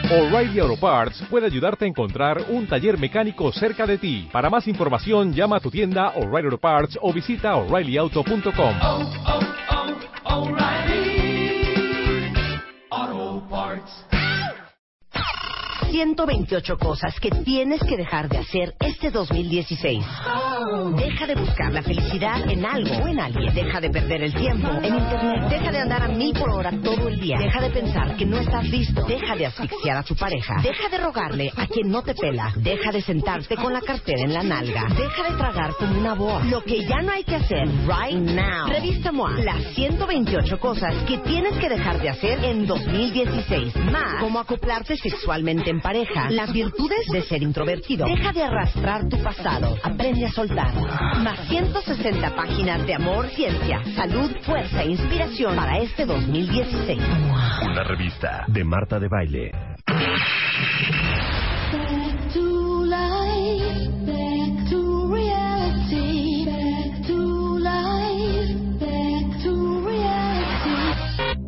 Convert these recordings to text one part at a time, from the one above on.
O'Reilly Auto Parts puede ayudarte a encontrar un taller mecánico cerca de ti. Para más información, llama a tu tienda O'Reilly Auto Parts o visita O'ReillyAuto.com. O'Reilly Auto Parts. 128 cosas que tienes que dejar de hacer este 2016. Deja de buscar la felicidad en algo o en alguien. Deja de perder el tiempo en internet. Deja de andar a 1000 por hora todo el día. Deja de pensar que no estás listo. Deja de asfixiar a tu pareja. Deja de rogarle a quien no te pela. Deja de sentarte con la cartera en la nalga. Deja de tragar como una boa. Lo que ya no hay que hacer right now. Revista MOA. Las 128 cosas que tienes que dejar de hacer en 2016. Más, cómo acoplarte sexualmente en pareja. Las virtudes de ser introvertido. Deja de arrastrar tu pasado. Aprende a soltar. Más 160 páginas de amor, ciencia, salud, fuerza e inspiración para este 2016. Una revista de Marta de Baile. Back to life, back to reality, back to life, back to reality.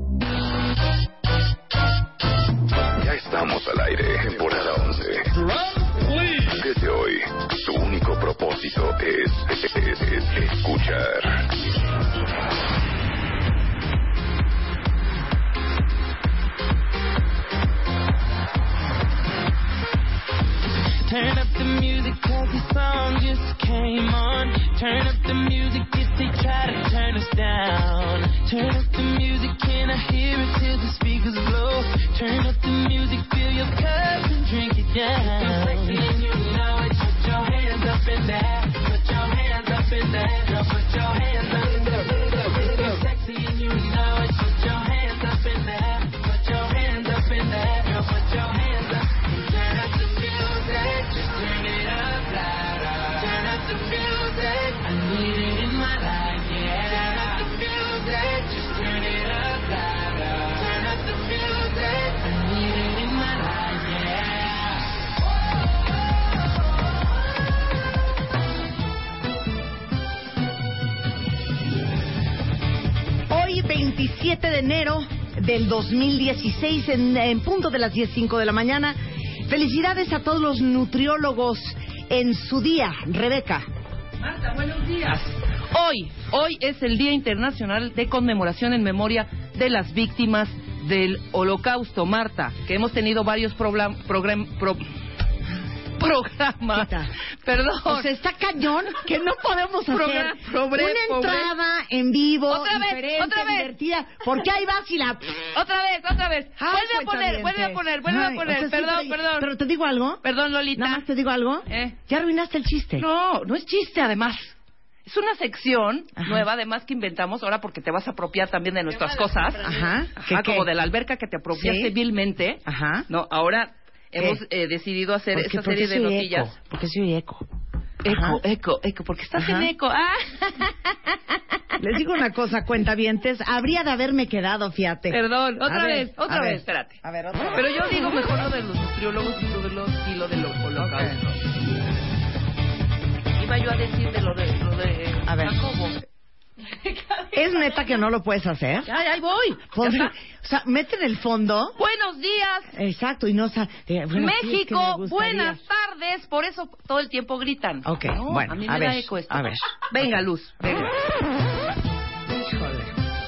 Ya estamos al aire, temporada 11. Desde hoy, tu único propósito es escuchar. Turn up the music 'cause the song just came on. Turn up the music if they try to turn us down. Turn up the music, can I hear it till the speakers blow? Turn up the music, fill your cup and drink it down. You're sexy and you know it, put your hands up in there. Put your hands up in there, girl, put your hands up in there. You're sexy and you know it, put your hands up in there. Put your hands up in there, girl, put your hands up. Turn up the music, just turn it up louder. Turn up the music, I need it in my life, yeah. Turn up the music, just turn it up louder. Turn up the music, I need it in my life, yeah. Hoy, 27 de enero del 2016, en punto de las 10:05 de la mañana. Felicidades a todos los nutriólogos en su día. Rebeca. Marta, buenos días. Hoy es el Día Internacional de Conmemoración en Memoria de las Víctimas del Holocausto, Marta, que hemos tenido varios programas. Perdón. O sea, está cañón que no podemos hacer una entrada en vivo diferente, divertida. ¿Por qué ahí vas y la... Otra vez. Vuelve a poner. O sea, Perdón. Pero te digo algo. Perdón, Lolita. Nada más te digo algo. Ya arruinaste el chiste. No es chiste, además. Es una sección nueva, además, que inventamos ahora porque te vas a apropiar también de nuestras cosas. Ajá. Como de la alberca que te apropiaste vilmente. Ajá. No, ahora hemos decidido hacer esta serie de notillas. ¿Por qué soy eco? Eco, porque estás en eco. Les digo una cosa, cuentavientes, habría de haberme quedado, fíjate. Perdón, otra vez, espérate. A ver, otra vez. Pero yo digo mejor lo de los nutriólogos y lo de los holocaustos. Iba yo a decir de lo de a ver. Jacobo. ¿Es neta que no lo puedes hacer? Ya, ahí voy. O sea, mete en el fondo. Buenos días. Exacto, y no... México, buenas tardes. Por eso todo el tiempo gritan. Ok, no, bueno, a mí me da eco esto. A ver. Venga, Luz, venga. Híjole.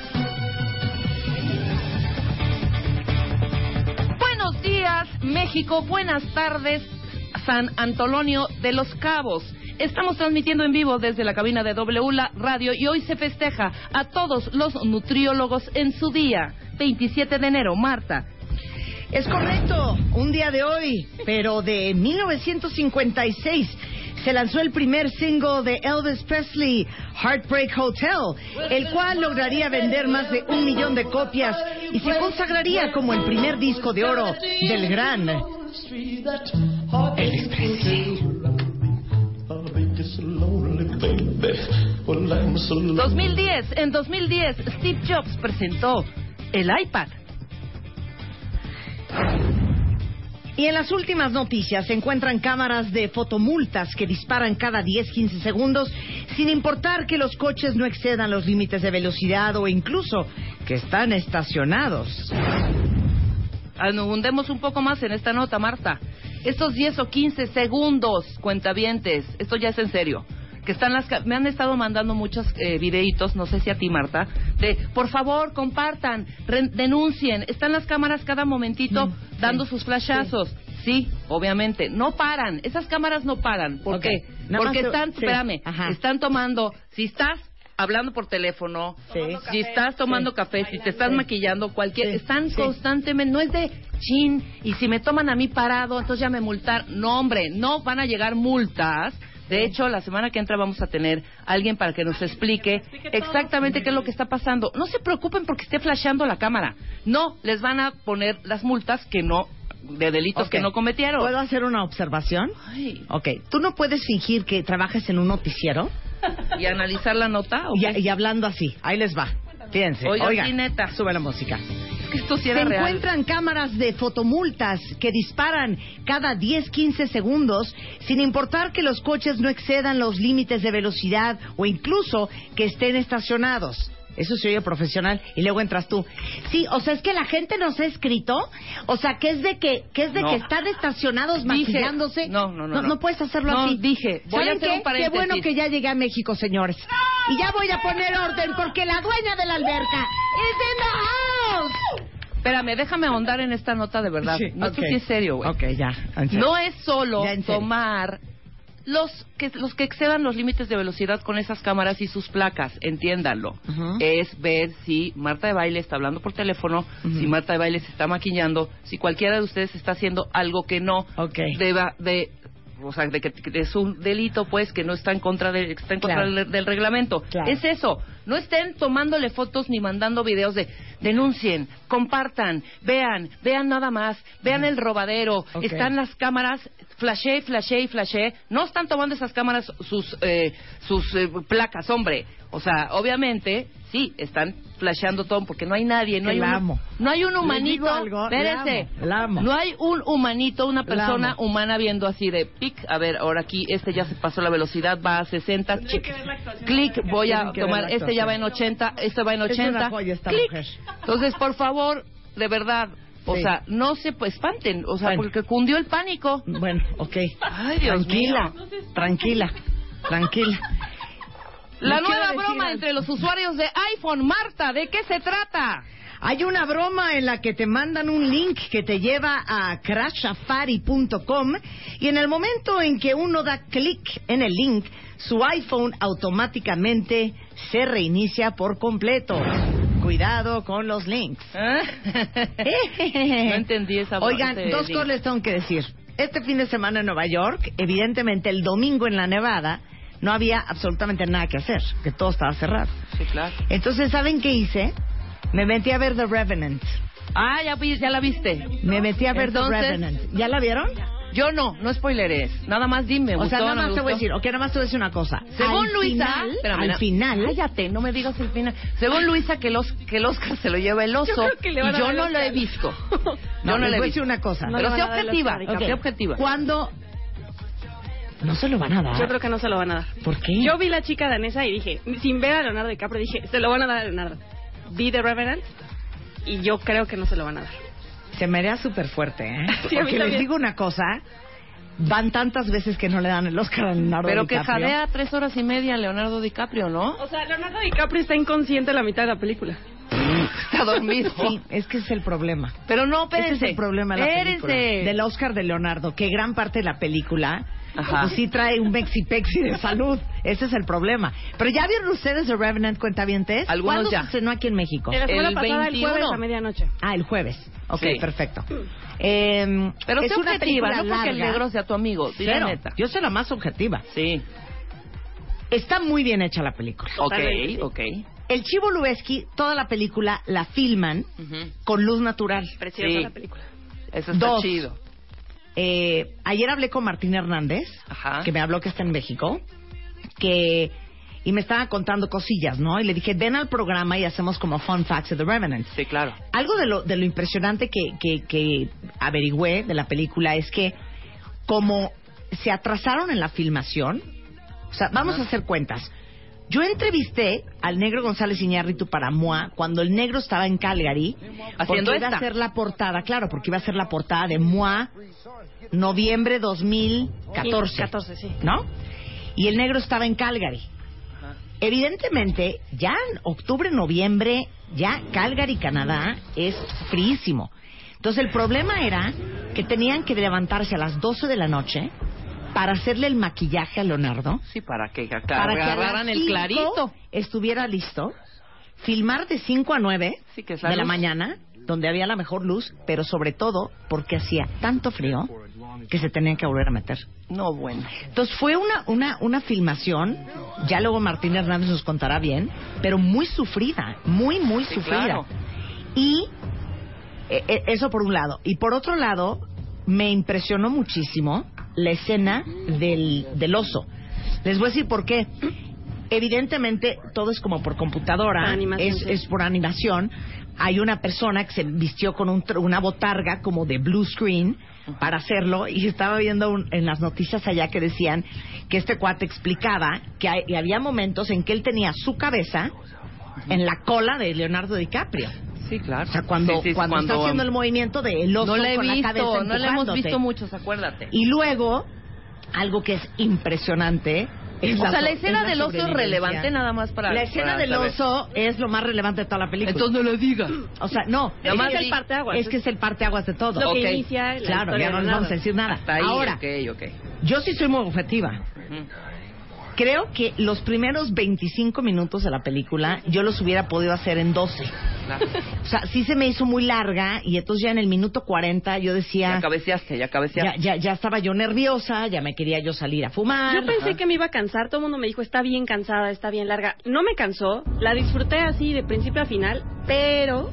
Buenos días, México. Buenas tardes, San Antonio de los Cabos. Estamos transmitiendo en vivo desde la cabina de W Radio y hoy se festeja a todos los nutriólogos en su día, 27 de enero. Marta. Es correcto, un día de hoy, pero de 1956 se lanzó el primer single de Elvis Presley, Heartbreak Hotel, el cual lograría vender más de 1 millón de copias y se consagraría como el primer disco de oro del gran Elvis Presley. 2010, Steve Jobs presentó el iPad. Y en las últimas noticias se encuentran cámaras de fotomultas que disparan cada 10-15 segundos sin importar que los coches no excedan los límites de velocidad o incluso que están estacionados. Abundemos un poco más en esta nota, Marta. Estos 10 o 15 segundos, cuentavientes, esto ya es en serio, que están me han estado mandando muchos videitos, no sé si a ti, Marta, de por favor compartan, denuncien, están las cámaras cada momentito dando sus flashazos. Sí, obviamente, no paran, esas cámaras no paran. ¿Por qué? Porque están, están tomando, si estás hablando por teléfono, si estás tomando café, si te estás maquillando, están constantemente, no es de chin, y si me toman a mí parado, entonces ya me multar. No, hombre, no van a llegar multas. De hecho, la semana que entra vamos a tener a alguien para que nos explique exactamente qué es lo que está pasando. No se preocupen porque esté flasheando la cámara. No, les van a poner las multas de delitos que no cometieron. ¿Puedo hacer una observación? Ay. Ok, ¿tú no puedes fingir que trabajes en un noticiero? ¿Y analizar la nota? Y hablando así, ahí les va. Fíjense, oigan, sí, neta. Sube la música. Es que esto sí era Se real. encuentran cámaras de fotomultas que disparan cada 10-15 segundos, sin importar que los coches no excedan los límites de velocidad o incluso que estén estacionados. Eso se oye profesional. Y luego entras tú. Sí, o sea, es que la gente nos ha escrito, o sea, que es de que están estacionados maquillándose. No puedes hacerlo así. Dije, voy a hacer un paréntesis. Qué bueno que ya llegué a México, señores. Y ya voy a poner orden porque la dueña de la alberca es in the house. Espérame, déjame ahondar en esta nota de verdad. Sí, Esto sí es serio, güey. Ok, ya. No es solo tomar los que excedan los límites de velocidad con esas cámaras y sus placas, entiéndanlo. Es ver si Marta de Baile está hablando por teléfono, si Marta de Baile se está maquillando, si cualquiera de ustedes está haciendo algo que no deba de... O sea, de que es un delito, pues, que no está en contra del reglamento. Claro. Es eso. No estén tomándole fotos ni mandando videos de denuncien, compartan, vean nada más, vean el robadero. Están las cámaras, flashé. No están tomando esas cámaras sus placas, hombre. O sea, obviamente, sí, están flasheando todo porque no hay nadie, no hay un humanito. Espérese. No hay un humanito, una persona humana viendo así de pic. A ver, ahora aquí ya se pasó la velocidad, va a 60. Clic, voy a tomar, ya va en 80, va en 80. Clic. Entonces, por favor, de verdad, o sea, no se espanten, o sea, porque cundió el pánico. Bueno, ok. Ay, Dios mío. Tranquila. La nueva broma entre los usuarios de iPhone. Marta, ¿de qué se trata? Hay una broma en la que te mandan un link que te lleva a crashsafari.com y en el momento en que uno da clic en el link, su iPhone automáticamente se reinicia por completo. Cuidado con los links. No entendí esa broma. Oigan, dos cosas les tengo que decir. Este fin de semana en Nueva York, evidentemente el domingo en la Nevada, no había absolutamente nada que hacer, que todo estaba cerrado. Sí, claro. Entonces, ¿saben qué hice? Me metí a ver The Revenant. Ah, ya la viste. Me metí a ver The Revenant. ¿Ya la vieron? Yo no spoileres. Nada más dime. O sea, nada más te voy a decir, nada más te voy a decir una cosa. Según Luisa, al final, cállate, no me digas el final. Según Luisa, que el Oscar se lo lleva el oso. Y yo no lo he visto. No, les voy a decir una cosa. Pero sé objetiva. Sé objetiva. ¿Cuándo? ¿No se lo van a dar? Yo creo que no se lo van a dar. ¿Por qué? Yo vi La chica danesa y dije, sin ver a Leonardo DiCaprio, dije, se lo van a dar a Leonardo. Vi The Revenant y yo creo que no se lo van a dar. Se me haría súper fuerte, ¿eh? Sí, porque les digo una cosa, van tantas veces que no le dan el Oscar a Leonardo Pero DiCaprio. Pero que jadea 3 horas y media a Leonardo DiCaprio, ¿no? O sea, Leonardo DiCaprio está inconsciente la mitad de la película. Está dormido. Sí, es que es el problema. Pero no, espérense. Ese es el problema de la película. Del Oscar de Leonardo, que gran parte de la película pues sí trae un mexipexi de salud. Ese es el problema. Pero ¿ya vieron ustedes The Revenant, cuentavientes? Algunos ¿Cuándo ya. se estrenó aquí en México? La semana pasada, 21. el jueves a medianoche. Ah, el jueves. Ok, sí. Perfecto. Pero es sé una objetiva, película no porque el larga. negro sea tu amigo. Dile Cero. neta. Yo soy la más objetiva. Sí. Está muy bien hecha la película. Ok. El Chivo Lubeski, toda la película la filman con luz natural. Preciosa la película. Eso está chido. Ayer hablé con Martín Hernández, que me habló que está en México, y me estaba contando cosillas, ¿no? Y le dije, ven al programa y hacemos como fun facts de The Revenant. Sí, claro. Algo de lo impresionante que averigüé de la película es que como se atrasaron en la filmación, o sea, vamos a hacer cuentas. Yo entrevisté al Negro González Iñárritu para MOA cuando el Negro estaba en Calgary, Haciendo porque iba a esta. hacer la portada, claro, porque iba a ser la portada de MOA noviembre 2014, 14, sí. ¿no? Y el Negro estaba en Calgary. Evidentemente, ya en octubre, noviembre, ya Calgary, Canadá, es fríísimo. Entonces el problema era que tenían que levantarse a las 12 de la noche para hacerle el maquillaje a Leonardo, Sí, para que para que a agarraran las el 5 clarito. estuviera listo, filmar de 5 a 9 Sí, que es de la luz. mañana, donde había la mejor luz, pero sobre todo porque hacía tanto frío que se tenían que volver a meter. No, bueno. Entonces fue una filmación, ya luego Martín Hernández nos contará bien, pero muy sufrida, muy Sí, sufrida. claro. Y eso por un lado. Y por otro lado, me impresionó muchísimo la escena del oso. Les voy a decir por qué. Evidentemente, todo es como por computadora, Por animación, es sí. por animación. Hay una persona que se vistió con una botarga como de blue screen para hacerlo, y estaba viendo en las noticias allá que decían que este cuate explicaba que había momentos en que él tenía su cabeza en la cola de Leonardo DiCaprio. Sí, claro. O sea, cuando está haciendo el movimiento del oso no le he con la cabeza visto, no le hemos empujándote. visto muchos, acuérdate. Y luego, algo que es impresionante es O sea, la es escena del oso es sobrevivencia. relevante nada más para... La escena para del saber. oso es lo más relevante de toda la película. Entonces no lo digas. O sea, no. Nada más es di- el parteaguas. Es que es el parteaguas de todo. Lo Ok. que inicia la Claro, historia ya no de les vamos a Leonardo. decir nada. Hasta ahí, Ahora, ok. yo sí soy muy objetiva. Ujú. Creo que los primeros 25 minutos de la película yo los hubiera podido hacer en 12. Claro. O sea, sí se me hizo muy larga y entonces ya en el minuto 40 yo decía... Ya cabeceaste. Ya estaba yo nerviosa, ya me quería yo salir a fumar. Yo pensé que me iba a cansar, todo el mundo me dijo, está bien cansada, está bien larga. No me cansó, la disfruté así de principio a final, pero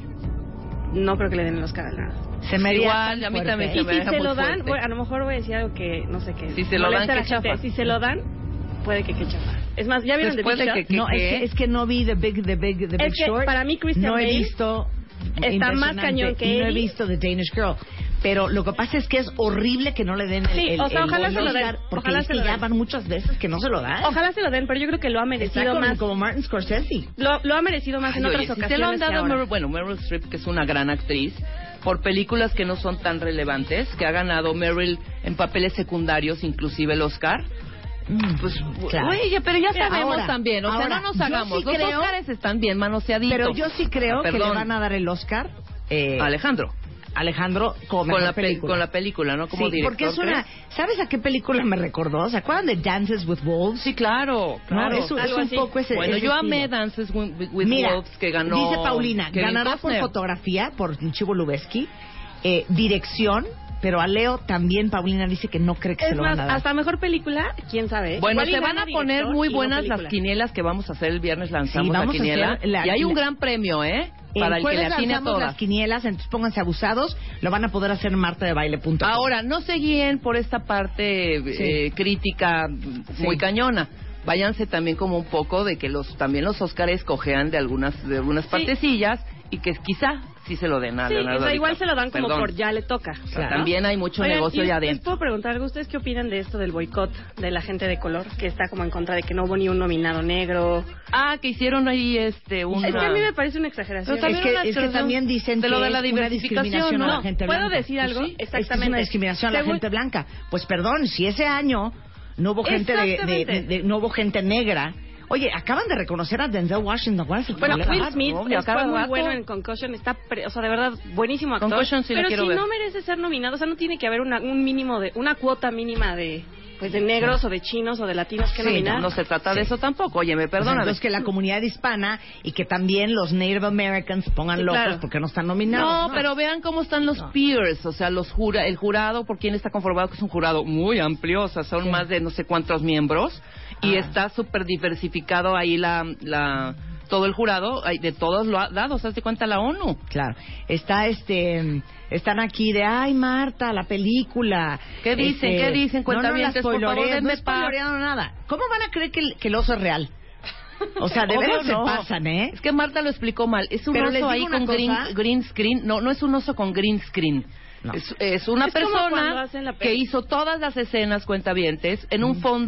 no creo que le den el Oscar a Leonardo. Se me haría Igual, tan a mí fuerte. también Y me si deja se muy lo dan, fuerte. bueno, a lo mejor voy a decir algo que, no sé qué. Si se lo dan, moleste a la qué gente. chafa. Si se lo dan, puede que chafa. Es más, ¿ya vieron Después The de Big que- Short? No, es que no vi The Big Es que Short. para mí Christian no he Bale visto está más impresionante, cañón que y no he Eddie. visto The Danish Girl. Pero lo que pasa es que es horrible que no le den Sí, o sea, ojalá se lo den, Oscar, porque ojalá es se que lo ya den. van muchas veces que no se lo dan. Ojalá se lo den, pero yo creo que lo ha Está merecido como, más. como Martin Scorsese. Lo ha merecido más en Ay, otras oye, si ocasiones. se lo han dado que ahora. Meryl Streep, que es una gran actriz, por películas que no son tan relevantes, que ha ganado Meryl en papeles secundarios, inclusive el Oscar. Pues, Claro. oye, pero ya Mira, sabemos ahora- también, o sea, ahora, no nos yo hagamos. sí Los creo- Oscars están bien manoseaditos. Pero yo sí creo que le Perdón. van a dar el Oscar Alejandro, Alejandro como con mejor la, película. con la película, ¿no? Como Sí, director. porque es una... ¿crees? ¿Sabes a qué película me recordó? ¿Se acuerdan de Dances with Wolves? Sí, claro, claro. No, es Algo un así. poco ese Bueno, ese yo estilo. amé Dances with Mira, Wolves, que ganó... dice Paulina, Kevin ganará por Costner. fotografía, por Chivo Lubeski, dirección, pero a Leo también Paulina dice que no cree que se Es lo más, van a dar. hasta mejor película, quién sabe. Bueno, Igual y se van gana a poner director muy y no buenas las película. quinielas que vamos a hacer el viernes. Lanzamos Sí, la vamos a quiniela. hacer la y hay un quiniela. gran premio, ¿eh? Para el que jueves le atine a lanzamos todas. las quinielas, entonces pónganse abusados, lo van a poder hacer en martadebaile.com. Ahora, no se guíen por esta parte crítica muy cañona. Váyanse también como un poco de que también los Óscares cojean de algunas partecillas y que quizá sí se lo den a Sí, Leonardo o sea, igual se DiCaprio. lo dan como Perdón. por ya le toca. O sea, Claro. también hay mucho Oigan, negocio y allá les adentro. puedo preguntar algo, ¿ustedes qué opinan de esto del boicot de la gente de color que está como en contra de que no hubo ni un nominado negro? Ah, que hicieron ahí una... Es que a mí me parece una exageración. Pero también Es que también dicen de que lo de la es una diversificación, discriminación a ¿no? la gente ¿Puedo blanca. decir algo? Pues sí, es que Exactamente. es una discriminación a la Según- gente blanca. Pues perdón, si ese año no hubo gente Exactamente. no hubo gente negra. Oye, acaban de reconocer a Denzel Washington. ¿Cuál es el Bueno, problema? Will Smith obvio, a cada fue muy rato. bueno en Concussion, o sea, de verdad, buenísimo actor. Concussion sí la pero quiero si ver. no merece ser nominado, o sea, no tiene que haber un mínimo una cuota mínima de negros o de chinos o de latinos que Sí, nominar. No se trata de eso tampoco. Oye, me O sea, perdóname. entonces que la comunidad hispana y que también los Native Americans se pongan Sí, locos claro. porque no están nominados. No, pero vean cómo están los peers, o sea, el jurado, por quién está conformado, que es un jurado muy amplio, o sea, son más de no sé cuántos miembros, y está súper diversificado ahí todo el jurado, de todos lados, ¿haz de cuenta la ONU? Claro. Están aquí de, ay, Marta, la película. ¿Qué dicen? ¿Qué dicen? Cuentavientes, por favor, denme no paz. spoilerearon nada. ¿Cómo van a creer que el oso es real? O sea, de Obvio veras no. se pasan, ¿eh? Es que Marta lo explicó mal. Es un Pero les oso digo ahí una con cosa. green screen. No es un oso con green screen. No. Es una Es como cuando persona hacen la que hizo todas las escenas cuentavientes en un fondo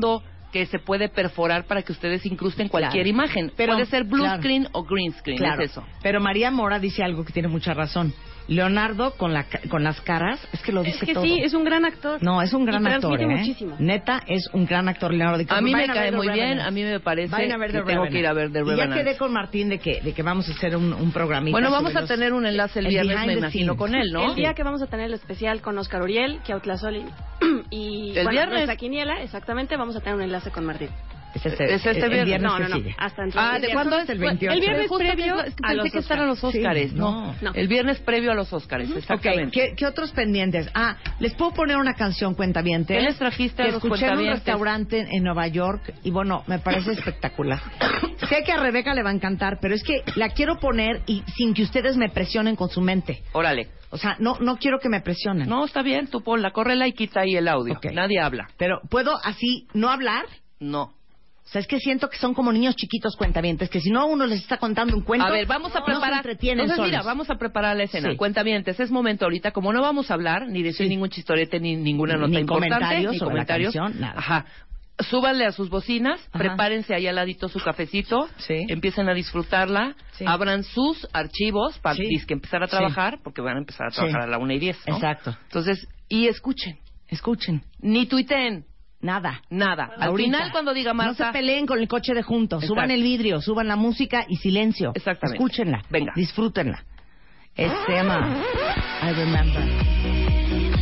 que se puede perforar para que ustedes incrusten cualquier Claro. imagen. Pero, puede ser blue claro. screen o green screen, Claro. es eso. Pero María Mora dice algo que tiene mucha razón. Leonardo con las caras, es que lo dice Es que todo. sí, es un gran actor. No, es un gran Y actor, transmite ¿eh? muchísimo. Neta, es un gran actor, Leonardo DiCaprio. A mí me Vayan cae ver The muy bien, Revenant. a mí me parece Vayan a ver que The tengo que ir a ver The Y ya Revenant. quedé con Martín de que vamos a hacer un programita. Bueno, vamos sobre a los- tener un enlace el viernes, behind me the imagino, scenes. con él, ¿no? El día que vamos a tener el especial con Oscar Uriel, Kiautla Soli y El bueno, viernes. nuestra quiniela, exactamente, vamos a tener un enlace con Martín. Es Es este el viernes. No, que no, no, sigue. hasta entonces. Ah, ¿de cuándo es? El 28. El viernes Justo previo es que a pensé los que estar a los Sí, Óscares. no. No. El viernes previo a los Óscares, Ok, exactamente. ¿qué otros pendientes? Ah, les puedo poner una canción, cuentavientes. ¿Qué les trajiste a que los escuché en un cuentavientes? restaurante en Nueva York y bueno, me parece espectacular. Sé que a Rebeca le va a encantar, pero es que la quiero poner y sin que ustedes me presionen con su mente. Órale. O sea, no quiero que me presionen. No, está bien, tú ponla, córrela y quita ahí el audio. Ok. Nadie habla. Pero puedo así no hablar. No. O sea, es que siento que son como niños chiquitos cuentavientes, que si no uno les está contando un cuento, A ver, vamos a no se preparar. entretienen Entonces, mira, solos. vamos a preparar la escena. Sí. Cuentavientes, es momento ahorita, como no vamos a hablar, ni decir Sí. ningún chistorete, ni ninguna Ni nota importante, comentarios ni sobre la comentarios. canción, nada. Ajá. Súbanle a sus bocinas, Ajá. prepárense ahí al ladito su cafecito, Sí. empiecen a disfrutarla, Sí. abran sus archivos para Sí. que empezar a Sí. trabajar, porque van a empezar a trabajar Sí. a la 1:10, ¿no? Exacto. Entonces, y escuchen, Escuchen. ni tuiteen, Nada. nada. Al Ahorita. final, cuando diga No Marta, se peleen con el coche de juntos. Exacto. Suban el vidrio, suban la música y silencio. Exactamente. Escúchenla. Venga. Disfrútenla. Se llama I Remember.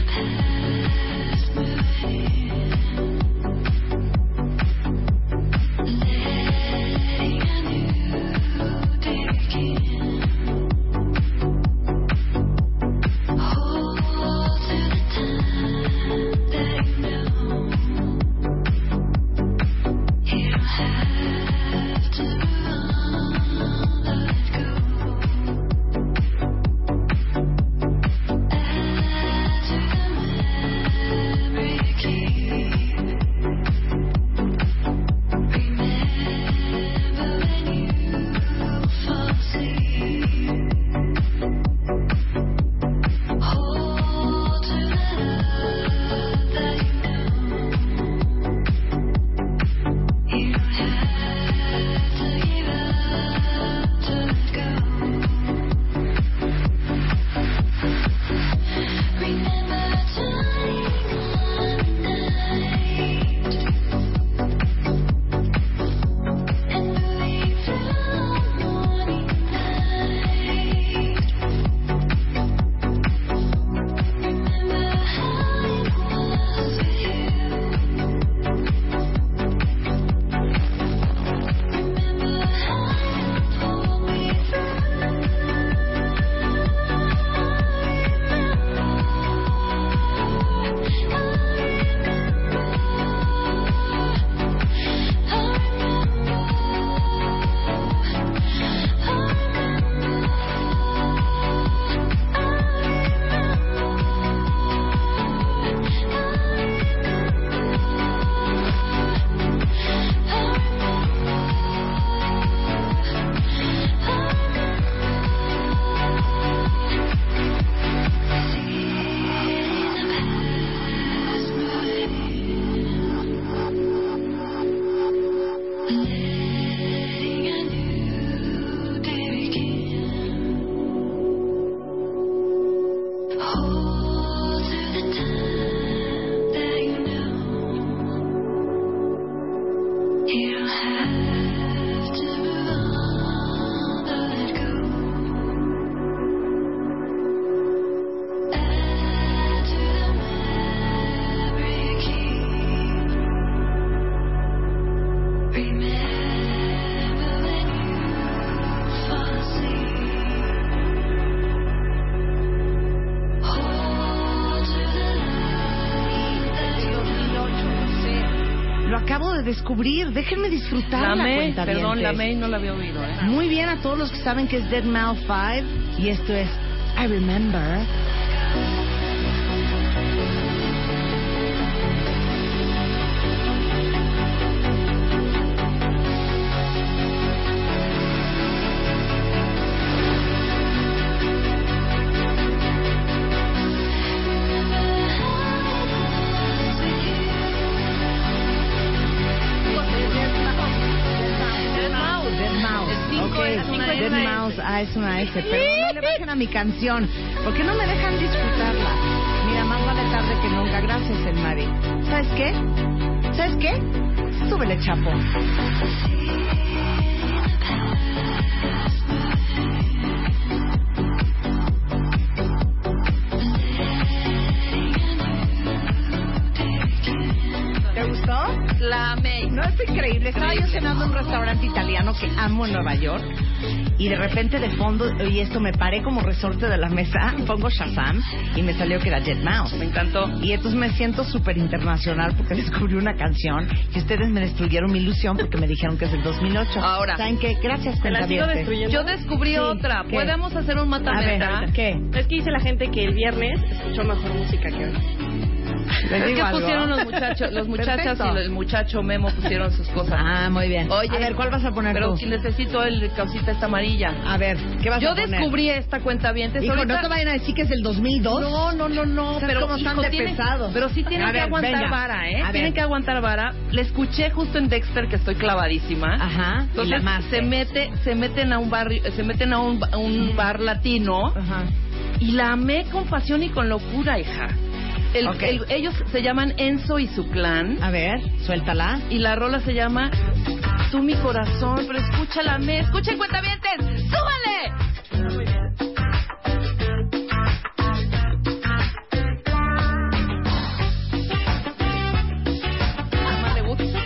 Lo acabo de descubrir. Déjenme disfrutar la la May, cuenta. perdón, la May no la había oído, ¿eh? Muy bien a todos los que saben que es Dead Mouse 5 y esto es I Remember. Hay una Mouse, S. es una S, pero no le bajen a mi canción, porque no me dejan disfrutarla. Mira, más vale tarde que nunca. Gracias, El Mari. ¿Sabes qué? ¿Sabes qué? Súbele, Chapo. ¿Te gustó? La amé. No, es increíble. Estaba yo cenando en un restaurante italiano que amo en Nueva York y de repente de fondo, y esto me paré como resorte de la mesa, pongo Shazam y me salió que era Dead Mouse. Me encantó. Y entonces me siento súper internacional porque descubrí una canción y ustedes me destruyeron mi ilusión porque me dijeron que es del 2008. Ahora. ¿Saben qué? Gracias, ¿Te la sigo cuentaviente. destruyendo? Yo descubrí Sí, otra. ¿qué? ¿Podemos hacer un A ver, matameta? ¿qué? Es que dice la gente que el viernes escuchó mejor música que hoy. ¿Les Es digo que algo? pusieron los muchachos, los muchachas Perfecto. y el muchacho Memo pusieron sus cosas. Ah, muy bien. Oye, a ver, ¿cuál vas a poner pero tú? si necesito el causita esta amarilla. A ver, ¿qué vas Yo a poner? descubrí esta cuenta bien. Hijo, no te vayan a decir que es del 2002. No, ¿Sabes pero cómo están hijo, de tienen- pesados? Pero sí tienen A que ver, aguantar venga. vara, ¿eh? A ver. Tienen que aguantar vara. Le escuché justo en Dexter que estoy clavadísima. Ajá, y Entonces la más. se meten a un barrio, se meten a un bar latino Ajá. y la amé con pasión y con locura, hija. Ok. Ellos se llaman Enzo y su clan. A ver, suéltala. Y la rola se llama Tú mi corazón, pero escúchala, escuchen, cuentavientes, ¡súbale! Amale, gusta.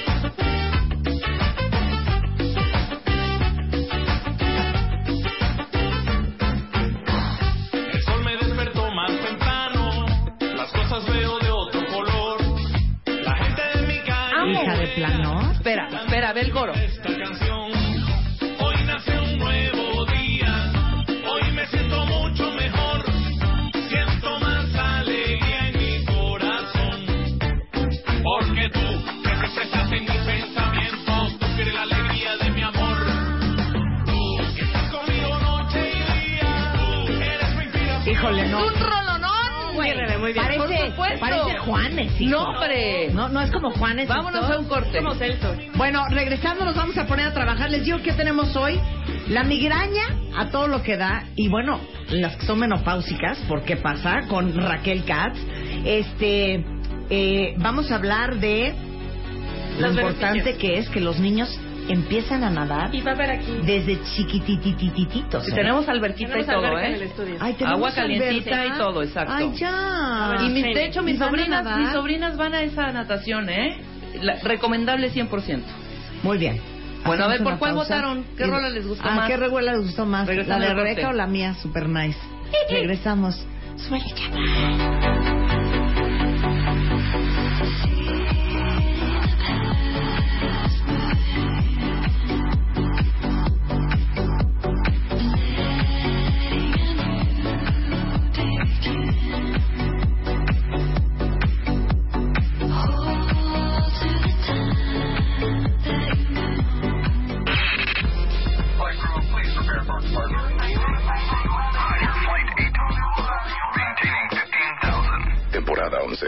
El sol me despertó más temprano, las cosas veo de otro color. La gente de mi calle. Amo. Hija de plano. Espera, ve el coro. Esta canción. Hoy nace un nuevo día. Hoy me siento mucho mejor. Siento más alegría en mi corazón. Porque tú, que siempre estás en mis pensamientos, tú quieres la alegría de mi amor. Tú, que estás conmigo noche y día. Tú eres mi inspiración. Híjole, no. ¡Un rolonón, güey! Muy bien. Por supuesto. Parece Juanes, hijo. No, hombre. No es como Juanes. Vámonos esto. a un corte. Como Celso. Bueno, regresando nos vamos a poner a trabajar. Les digo que tenemos hoy la migraña a todo lo que da. Y bueno, las que son menopáusicas, ¿por qué pasa? Con Raquel Katz. Vamos a hablar de lo Los importante beneficios. que es que los niños empiezan a nadar Y va a haber aquí. desde chiquititititos. Si tenemos alberquita y Tenemos todo, alberca en el ¿eh? estudio. Ay, tenemos Agua calientita alberca. y todo, exacto. Ay, ya. Y Sí. de hecho, mis ¿Van a sobrinas, nadar? van a esa natación, ¿eh? Recomendable 100%. Muy bien. Bueno, a ver, Hacemos ¿por una cuál pausa. votaron? ¿Qué Y- rola les gustó Ah, más? ¿qué rola les gustó más? Regresando ¿La de al corte. Rebeca o la mía? Super nice. Regresamos. Suele llamar. Temporada 11.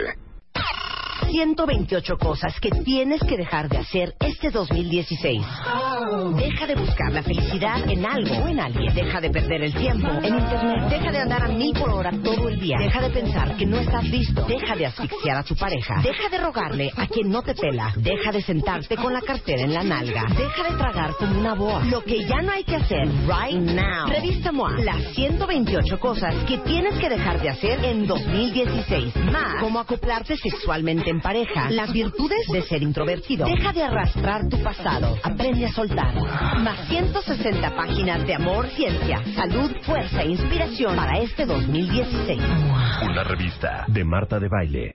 128 cosas que tienes que dejar de hacer este 2016. Deja de buscar la felicidad en algo o en alguien. Deja de perder el tiempo en internet. Deja de andar a 1000 por hora todo el día. Deja de pensar que no estás listo. Deja de asfixiar a tu pareja. Deja de rogarle a quien no te pela. Deja de sentarte con la cartera en la nalga. Deja de tragar como una boa. Lo que ya no hay que hacer right now. Revista MOA. Las 128 cosas que tienes que dejar de hacer en 2016. Más cómo acoplarte sexualmente en pareja. Las virtudes de ser introvertido. Deja de arrastrar tu pasado. Aprende a soltar. Más 160 páginas de amor, ciencia, salud, fuerza e inspiración para este 2016. Una revista de Marta de Baile.